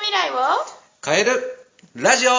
未来を変えるラジオ。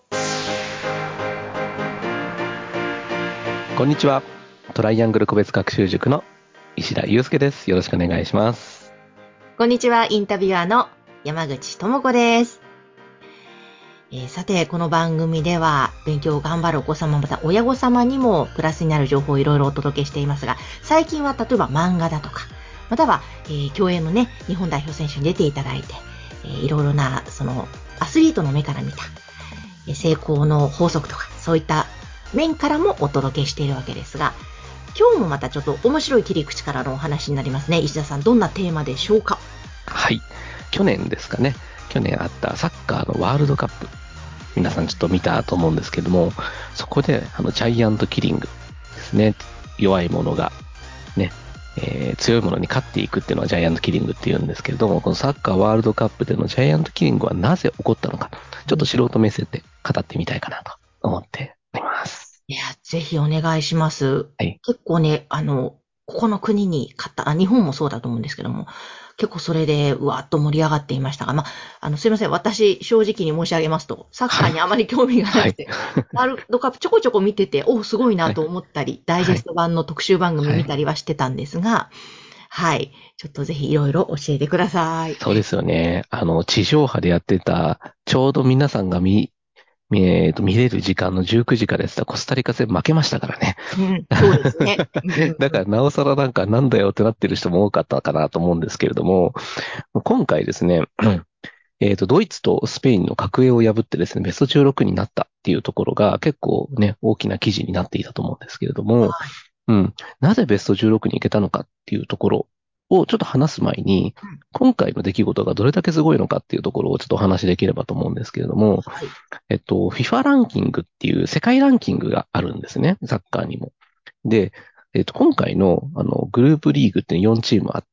こんにちは。トライアングル個別学習塾の石田祐介です。よろしくお願いします。 こんにちは。インタビュアーの山口智子です。さて、この番組では勉強を頑張るお子様、また親御様にもプラスになる情報をいろいろお届けしていますが、最近は例えば漫画だとか、または、競泳のね、日本代表選手に出ていただいて、いろいろなそのアスリートの目から見た、成功の法則とか、そういった面からもお届けしているわけですが、今日もまたちょっと面白い切り口からのお話になりますね。石田さん、どんなテーマでしょうか？ はい。去年ですかね。去年あったサッカーのワールドカップ。皆さんちょっと見たと思うんですけども、そこでジャイアントキリングですね。弱い者がね、強い者に勝っていくっていうのはジャイアントキリングっていうんですけれども、このサッカーワールドカップでのジャイアントキリングはなぜ起こったのか、ちょっと素人目線で語ってみたいかなと思っております。 いや、ぜひお願いします。 はい。 結構ね、ここの国に勝った、日本もそうだと思うんですけども、結構それで、うわーっと盛り上がっていましたが、すいません。私、正直に申し上げますと、サッカーにあまり興味がなはい。 くて、ワールドカップちょこちょこ見てて、お、すごいなはい。 と思ったり、ダイジはい。 ェスト版の特集番組はい。 見たりはしてたんですが、はい。ちょっとぜひいろいろ教えてください。 そうですよね。地上波でやってた、ちょうど皆さんが見れる時間の19時からやってたコスタリカ戦負けましたからね。 うん、そうですね。うんうんだからなおさらなんだよってなってる人も多かったかなと思うんですけれども、今回ですね、ドイツとスペインの格上を破ってですね、ベスト16になったっていうところが結構ね、大きな記事になっていたと思うんですけれども、うん、なぜベスト16に行けたのかっていうところをちょっと話す前に、 うん。 今回の出来事がどれだけすごいのかっていうところをちょっとお話しできればと思うんですけれども、 はい。 FIFA ランキングっていう世界ランキングがあるんですね、サッカーにも。で、今回のグループリーグって4チームあって、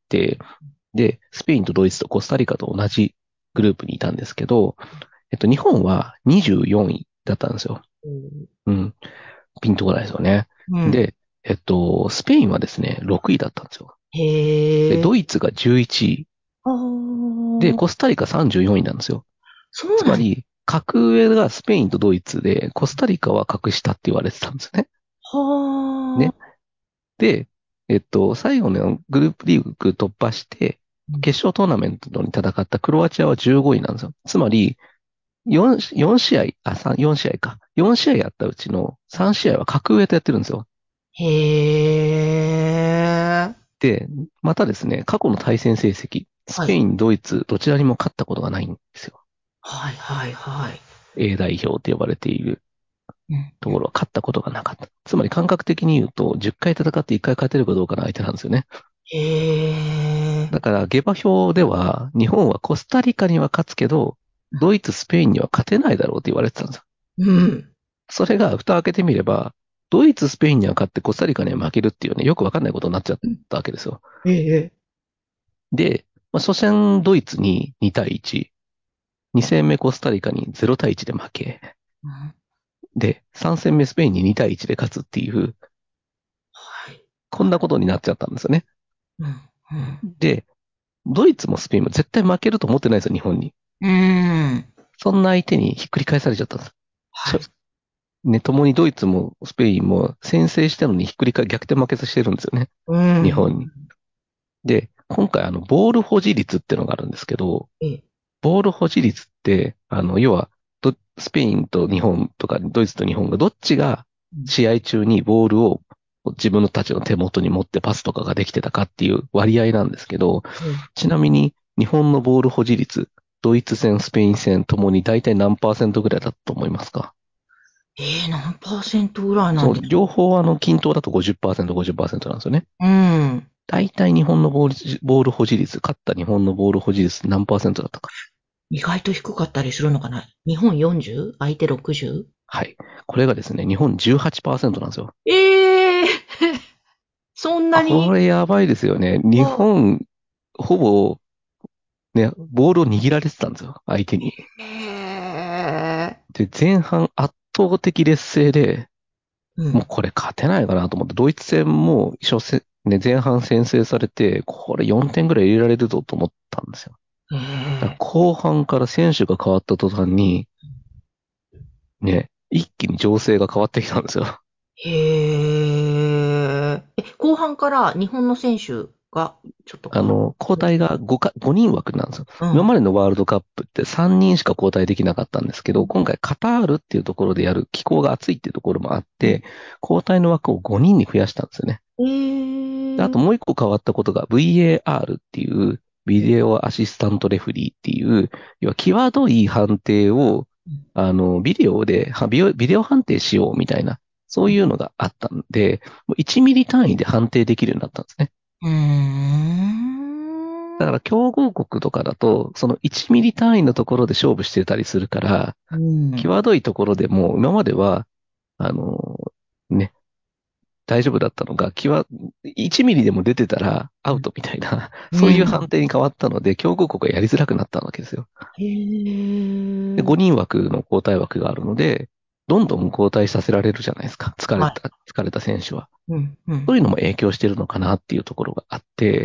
で、スペインとドイツとコスタリカと同じグループにいたんですけど、日本は24位だったんですよ。うん。ピンとこないですよね。 うん。 で、スペインはですね、6位だったんですよ。で、 へえ。 ドイツが11位。 あで、 あ、 コスタリカ34位なんですよ。 そうなん。 つまり、格上がスペインとドイツで、コスタリカは格下って言われてたんですね。ね。 はあ。 で、最後のグループリーグ突破して、決勝トーナメントに戦ったクロアチアは15位なんですよ。つまり、4試合、4試合か。4試合やったうちの3試合は格上とやってるんですよ。 へえ。 で、またですね、過去の対戦成績、スはい。 ペイン、ドイツ、どちらにも勝ったことがないんですよ。 はいはいはい。 A 代表と呼ばれているうん、 ところは勝ったことがなかった。つまり感覚的に言うと、10回戦って1回勝てるかどうかの相手なんですよね。 へえ。 だから、下馬評では、日本はコスタリカには勝つけど、ドイツ、スペインには勝てないだろうって言われてたんですよ。 うん。そそれが、蓋を開けてみれば、ドイツ、スペインには勝ってコスタリカには負けるっていうね、よくわかんないことになっちゃったわけですよ。 ええ。 で、初戦ドイツに2対1、2戦目コスタリカに0対1で負け、 うん。 で、3戦目スペインに2対1で勝つっていう、 はい。 こんなことになっちゃったんですよね。 うん。 で、ドイツもスペインも絶対負けると思ってないですよ、日本に。 うん。うん。 そんな相手にひっくり返されちゃったんです。 はい。 ね、共にドイツもスペインも先制したのにひっくり返、逆転負けさせてるんですよね。 うん。 日本に。で、今回ボール保持率っていうのがあるんですけど、 ええ。 ボール保持率って、要は、スペインと日本とかドイツと日本がどっちがうん。 試合中にボールを自分たちの手元に持ってパスとかができてたかっていう割合なんですけど、 うん。 ちなみに日本のボール保持率、ドイツ戦、スペイン戦ともに大体何パーセントぐらいだと思いますか？ 何パーセントぐらいなそう、 んですか？ 両方均等だと50%、50%なんですよね。 うん。 大体日本のボール保持率、勝った日本のボール保持率何パーセントだったか。 意外と低かったりするのかな？日本 40？ 相手 60？ はい。これがですね、日本18%なんですよ。 ええ。そんなに？ これやばいですよね。日あ、 本、ほぼ、ね、ボールを握られてたんですよ、相手に。 へえ。 で、前半圧倒的劣勢で、 うん。 もうこれ勝てないかなと思って、ドイツ戦も初戦、ね、前半先制されて、これ4点ぐらい入れられるぞと思ったんですよ。 だから後半から選手が変わった途端に、ね、一気に情勢が変わってきたんですよ。 へえ。後半から日本の選手がちょっと変わっ交代が5人枠なんですよ。 うん。 今までのワールドカップって3人しか交代できなかったんですけど、今回カタールっていうところでやる気候が暑いっていうところもあって、交代の枠を5人に増やしたんですよね。であとへえ。 もう一個変わったことが VAR っていうビデオアシスタントレフリーっていう、要は際どい判定を、ビデオで、ビデオ判定しようみたいな、そういうのがあったんで、もう1ミリ単位で判定できるようになったんですね。 うーん。 だから強豪国とかだと、その1ミリ単位のところで勝負してたりするから、 うん。 際どいところでも今までは、あの、ね、大丈夫だったのが、1ミリでも出てたらアウトみたいな、そういう判定に変わったので、強豪国がやりづらくなったわけですよ。 へで、 え。 5人枠の交代枠があるので、どんどん交代させられるじゃないですか。 はい。 疲れた選手は。 うん、うん。 そういうのも影響してるのかなっていうところがあって、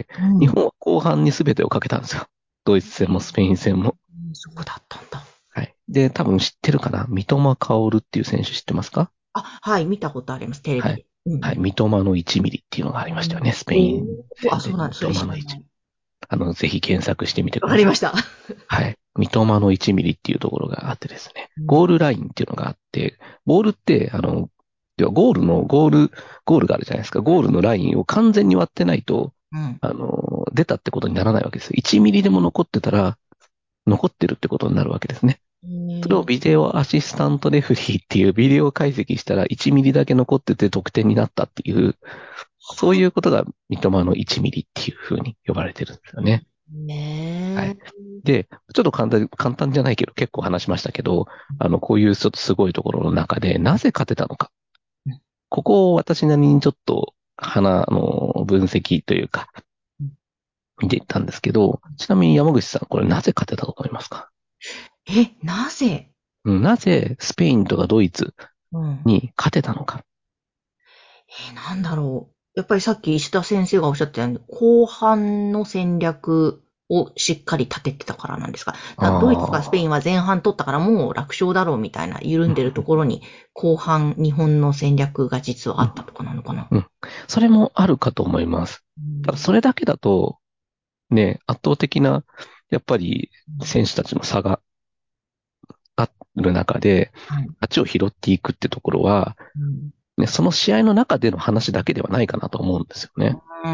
うん。 日本は後半に全てをかけたんですよ。ドイツ戦もスペイン戦も。 そうだったんだ。 はい。で、多分知ってるかな、三笘薫っていう選手知ってますか？ あ、はい、見たことあります、テレはい。 ビで。うんはい。 うん。 三笘の1ミリっていうのがありましたよね。スペインおお、あ、 戦で。 そうなんだ。 三それ笘の1。 知らない。 ぜひ検索してみてください。 わかりました。 はい。三笘の1ミリっていうところがあってですね。 うん。 ゴールラインっていうのがあって、ボールって、要はゴールがあるじゃないですか。ゴールのラインを完全に割ってないと、 うん。 出たってことにならないわけですよ。1ミリでも残ってたら、残ってるってことになるわけですね。それをビデオアシスタントレフリーっていうビデオ解析したら1ミリだけ残ってて得点になったっていう、そういうことが三笘の1ミリっていう風に呼ばれてるんですよね。はねい。で、ちょっと簡単じゃないけど結構話しましたけど、こういうちょっとすごいところの中でなぜ勝てたのか。ここを私なりにちょっと、分析というか、見ていったんですけど、ちなみに山口さん、これなぜ勝てたと思いますか？ なぜ？ なぜスペインとかドイツうん。 に勝てたのか。 なんだろう。やっぱりさっき石田先生がおっしゃったように、後半の戦略をしっかり立ててたからなんですか。ドイツかスペインあは前半取ったからもう楽勝だろうみたいな緩んでるとあ、 ころに、後半日本の戦略が実はうん、 あったとかなのかな。 うん。それもあるかと思います。 うただそれだけだと、ね、圧倒的な、やっぱり選手たちの差がある中で、 はい。 勝ちを拾っていくってところは、 うん。 ね、その試合の中での話だけではないかなと思うんですよね。 うん、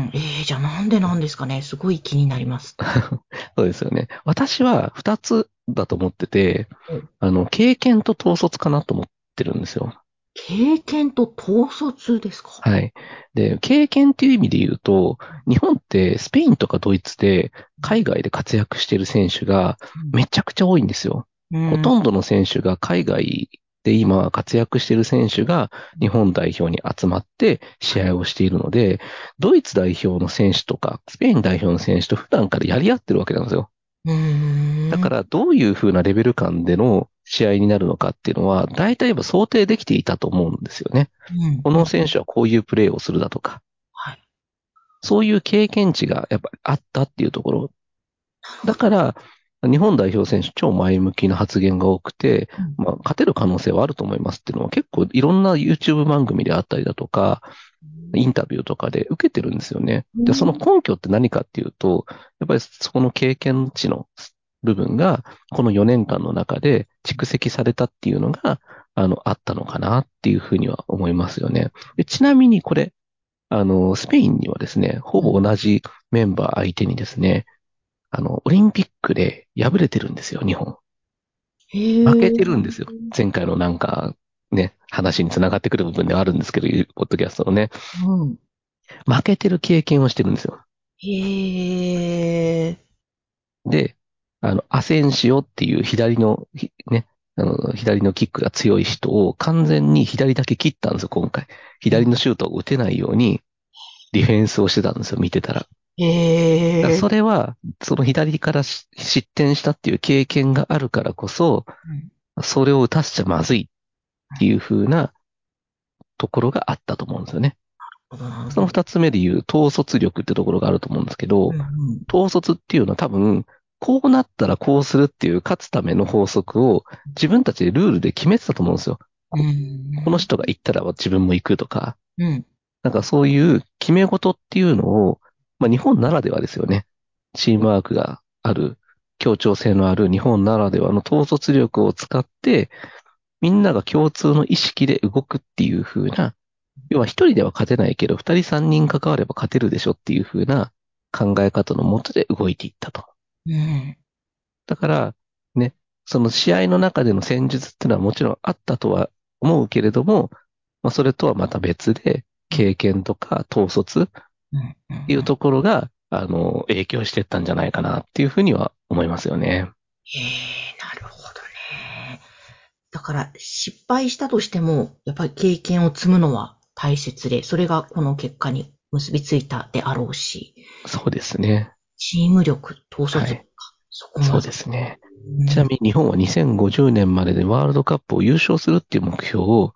じゃあなんでなんですかね。すごい気になります。 そうですよね。私は二つだと思ってて、 お経験と統率かなと思ってるんですよ。 経験と統率ですか？ はい。で、経験っていう意味で言うと、日本ってスペインとかドイツで海外で活躍している選手がめちゃくちゃ多いんですよ。 うん。 ほとんどの選手が海外で今活躍している選手が日本代表に集まって試合をしているので、ドイツ代表の選手とかスペイン代表の選手と普段からやり合ってるわけなんですよ。 うーん。 だからどういう風なレベル感での試合になるのかっていうのは、大体想定できていたと思うんですよね。 うん。 こうん。 の選手はこういうプレーをするだとか、 はい。 そういう経験値がやっぱりあったっていうところ。だから、日本代表選手超前向きな発言が多くて、 うん。 勝てる可能性はあると思いますっていうのは結構いろんな YouTube 番組であったりだとか、インタビューとかで受けてるんですよね。で、そのうん。 根拠って何かっていうと、やっぱりそこの経験値の部分が、この4年間の中で蓄積されたっていうのが、あったのかなっていうふうには思いますよね。でちなみにこれ、スペインにはですね、ほぼ同じメンバー相手にですね、オリンピックで敗れてるんですよ、日本。 へ負けえ。 てるんですよ。前回のね、話につながってくる部分ではあるんですけど、ポッドキャストのね、 うん。 負けてる経験をしてるんですよ。 へえ。 で、アセンシオっていう左のキックが強い人を完全に左だけ切ったんですよ、今回。 うん。 左のシュートを打てないようにディフェンスをしてたんですよ、見てたら。だからへえ。 それは、その左から失点したっていう経験があるからこそ、 うん。 それを打たせちゃまずいっていう風なところがあったと思うんですよね。 その二つ目で言う統率力ってところがあると思うんですけど、統率っていうのは多分、こうなったらこうするっていう勝つための法則を自分たちでルールで決めてたと思うんですよ。この人が行ったら自分も行くとか、なんかそういう決め事っていうのを、まあ日本ならではですよね。チームワークがある、協調性のある日本ならではの統率力を使って、みんなが共通の意識で動くっていう風な、要は一人では勝てないけど、二人三人関われば勝てるでしょっていう風な考え方のもとで動いていったと。だから、ね、その試合の中での戦術っていうのはもちろんあったとは思うけれども、まあそれとはまた別で、経験とか統率っていうところが、影響していったんじゃないかなっていうふうには思いますよね。 なるほどね。だから失敗したとしても、やっぱり経験を積むのは大切で、それがこの結果に結びついたであろうし、 そうですね。 チーム力、統率力か、 はい。 そこまで。 そうですね。ちなみに日本は2050年まででワールドカップを優勝するっていう目標を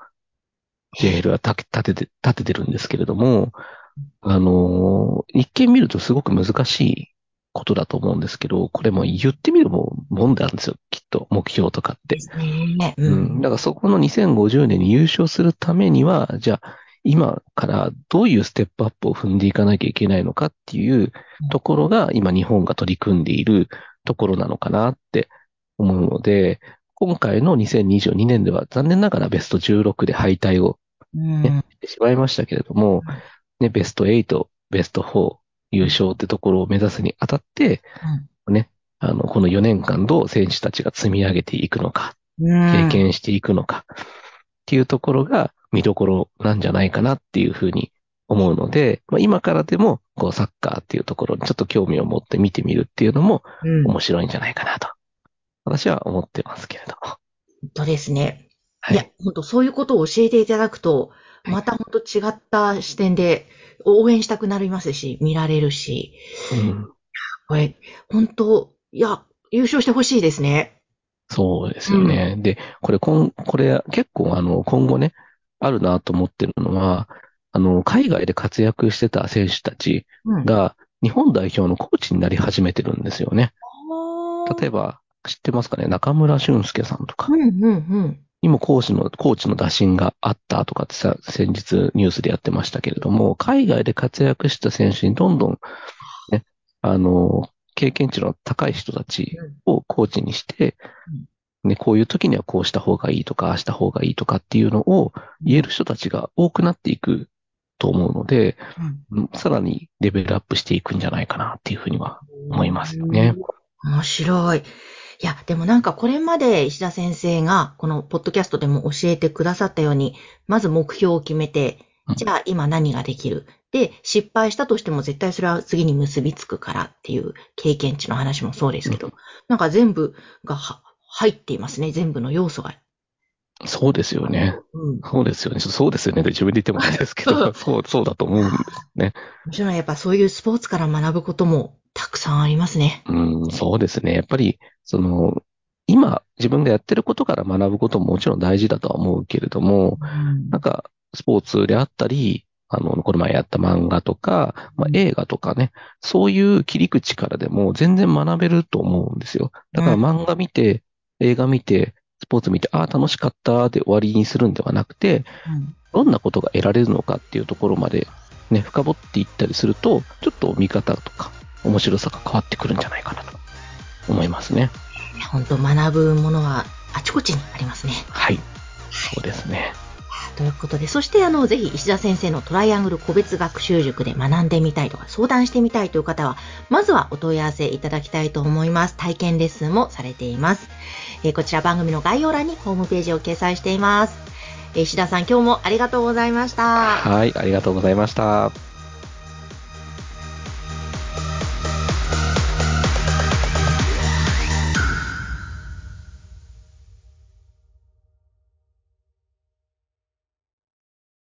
JL は立ててるんですけれども、一見見るとすごく難しいことだと思うんですけど、これも言ってみるもんであるんですよ、きっと、目標とかって。 ですね。 だからそこの2050年に優勝するためには、じゃあ、今からどういうステップアップを踏んでいかなきゃいけないのかっていうところが、今日本が取り組んでいるところなのかなって思うので、今回の2022年では残念ながらベスト16で敗退をしてしまいましたけれども、ね、ベスト8、ベスト4優勝ってところを目指すにあたって、ね、この4年間どう選手たちが積み上げていくのか、経験していくのかっていうところが見どころなんじゃないかなっていうふうに思うので、まあ、今からでもこうサッカーっていうところにちょっと興味を持って見てみるっていうのも面白いんじゃないかなと、私は思ってますけれども。 本当ですね。 はい。 いや、本当そういうことを教えていただくと、 はいまた本当違った視点で応援したくなりますし、見られるし、 うん、 これ、本当、いや、優勝してほしいですね。 そうですよね。で、これ結構今後ね、あるなと思ってるのは、海外で活躍してた選手たちが日本代表のコーチになり始めてるんですよね。例えば、知ってますかね、中村俊輔さんとか。にもコーチの打診があったとかって先日ニュースでやってましたけれども、海外で活躍した選手にどんどんね、経験値の高い人たちをコーチにして、ね、こういう時にはこうした方がいいとか、ああした方がいいとかっていうのを言える人たちが多くなっていくと思うので、さらにレベルアップしていくんじゃないかなっていうふうには思いますよね。 面白い。いや、でもなんかこれまで石田先生がこのポッドキャストでも教えてくださったように、まず目標を決めて、じゃあ今何ができる。で、失敗したとしても絶対それは次に結びつくからっていう経験値の話もそうですけど、なんか全部が入っていますね。全部の要素が。 そうですよね。そうですよね。そうですよね。自分で言ってもあれですけど、そうだと思うんですね。 もちろんやっぱそういうスポーツから学ぶこともたくさんありますね。 そうですね。やっぱり、今自分がやってることから学ぶことももちろん大事だとは思うけれども、なんか、スポーツであったり、この前やった漫画とか、映画とかね、そういう切り口からでも全然学べると思うんですよ。だから漫画見て、映画見て、スポーツ見て、ああ、楽しかったで終わりにするんではなくて、どんなことが得られるのかっていうところまでね、深掘っていったりすると、ちょっと見方とか面白さが変わってくるんじゃないかなと思いますね。 本当学ぶものはあちこちにありますね。 はい。そうですね。 ということで、そしてぜひ石田先生のトライアングル個別学習塾で学んでみたいとか相談してみたいという方は、まずはお問い合わせいただきたいと思います。体験レッスンもされています。こちら番組の概要欄にホームページを掲載しています。石田さん、今日もありがとうございました。 はい、ありがとうございました。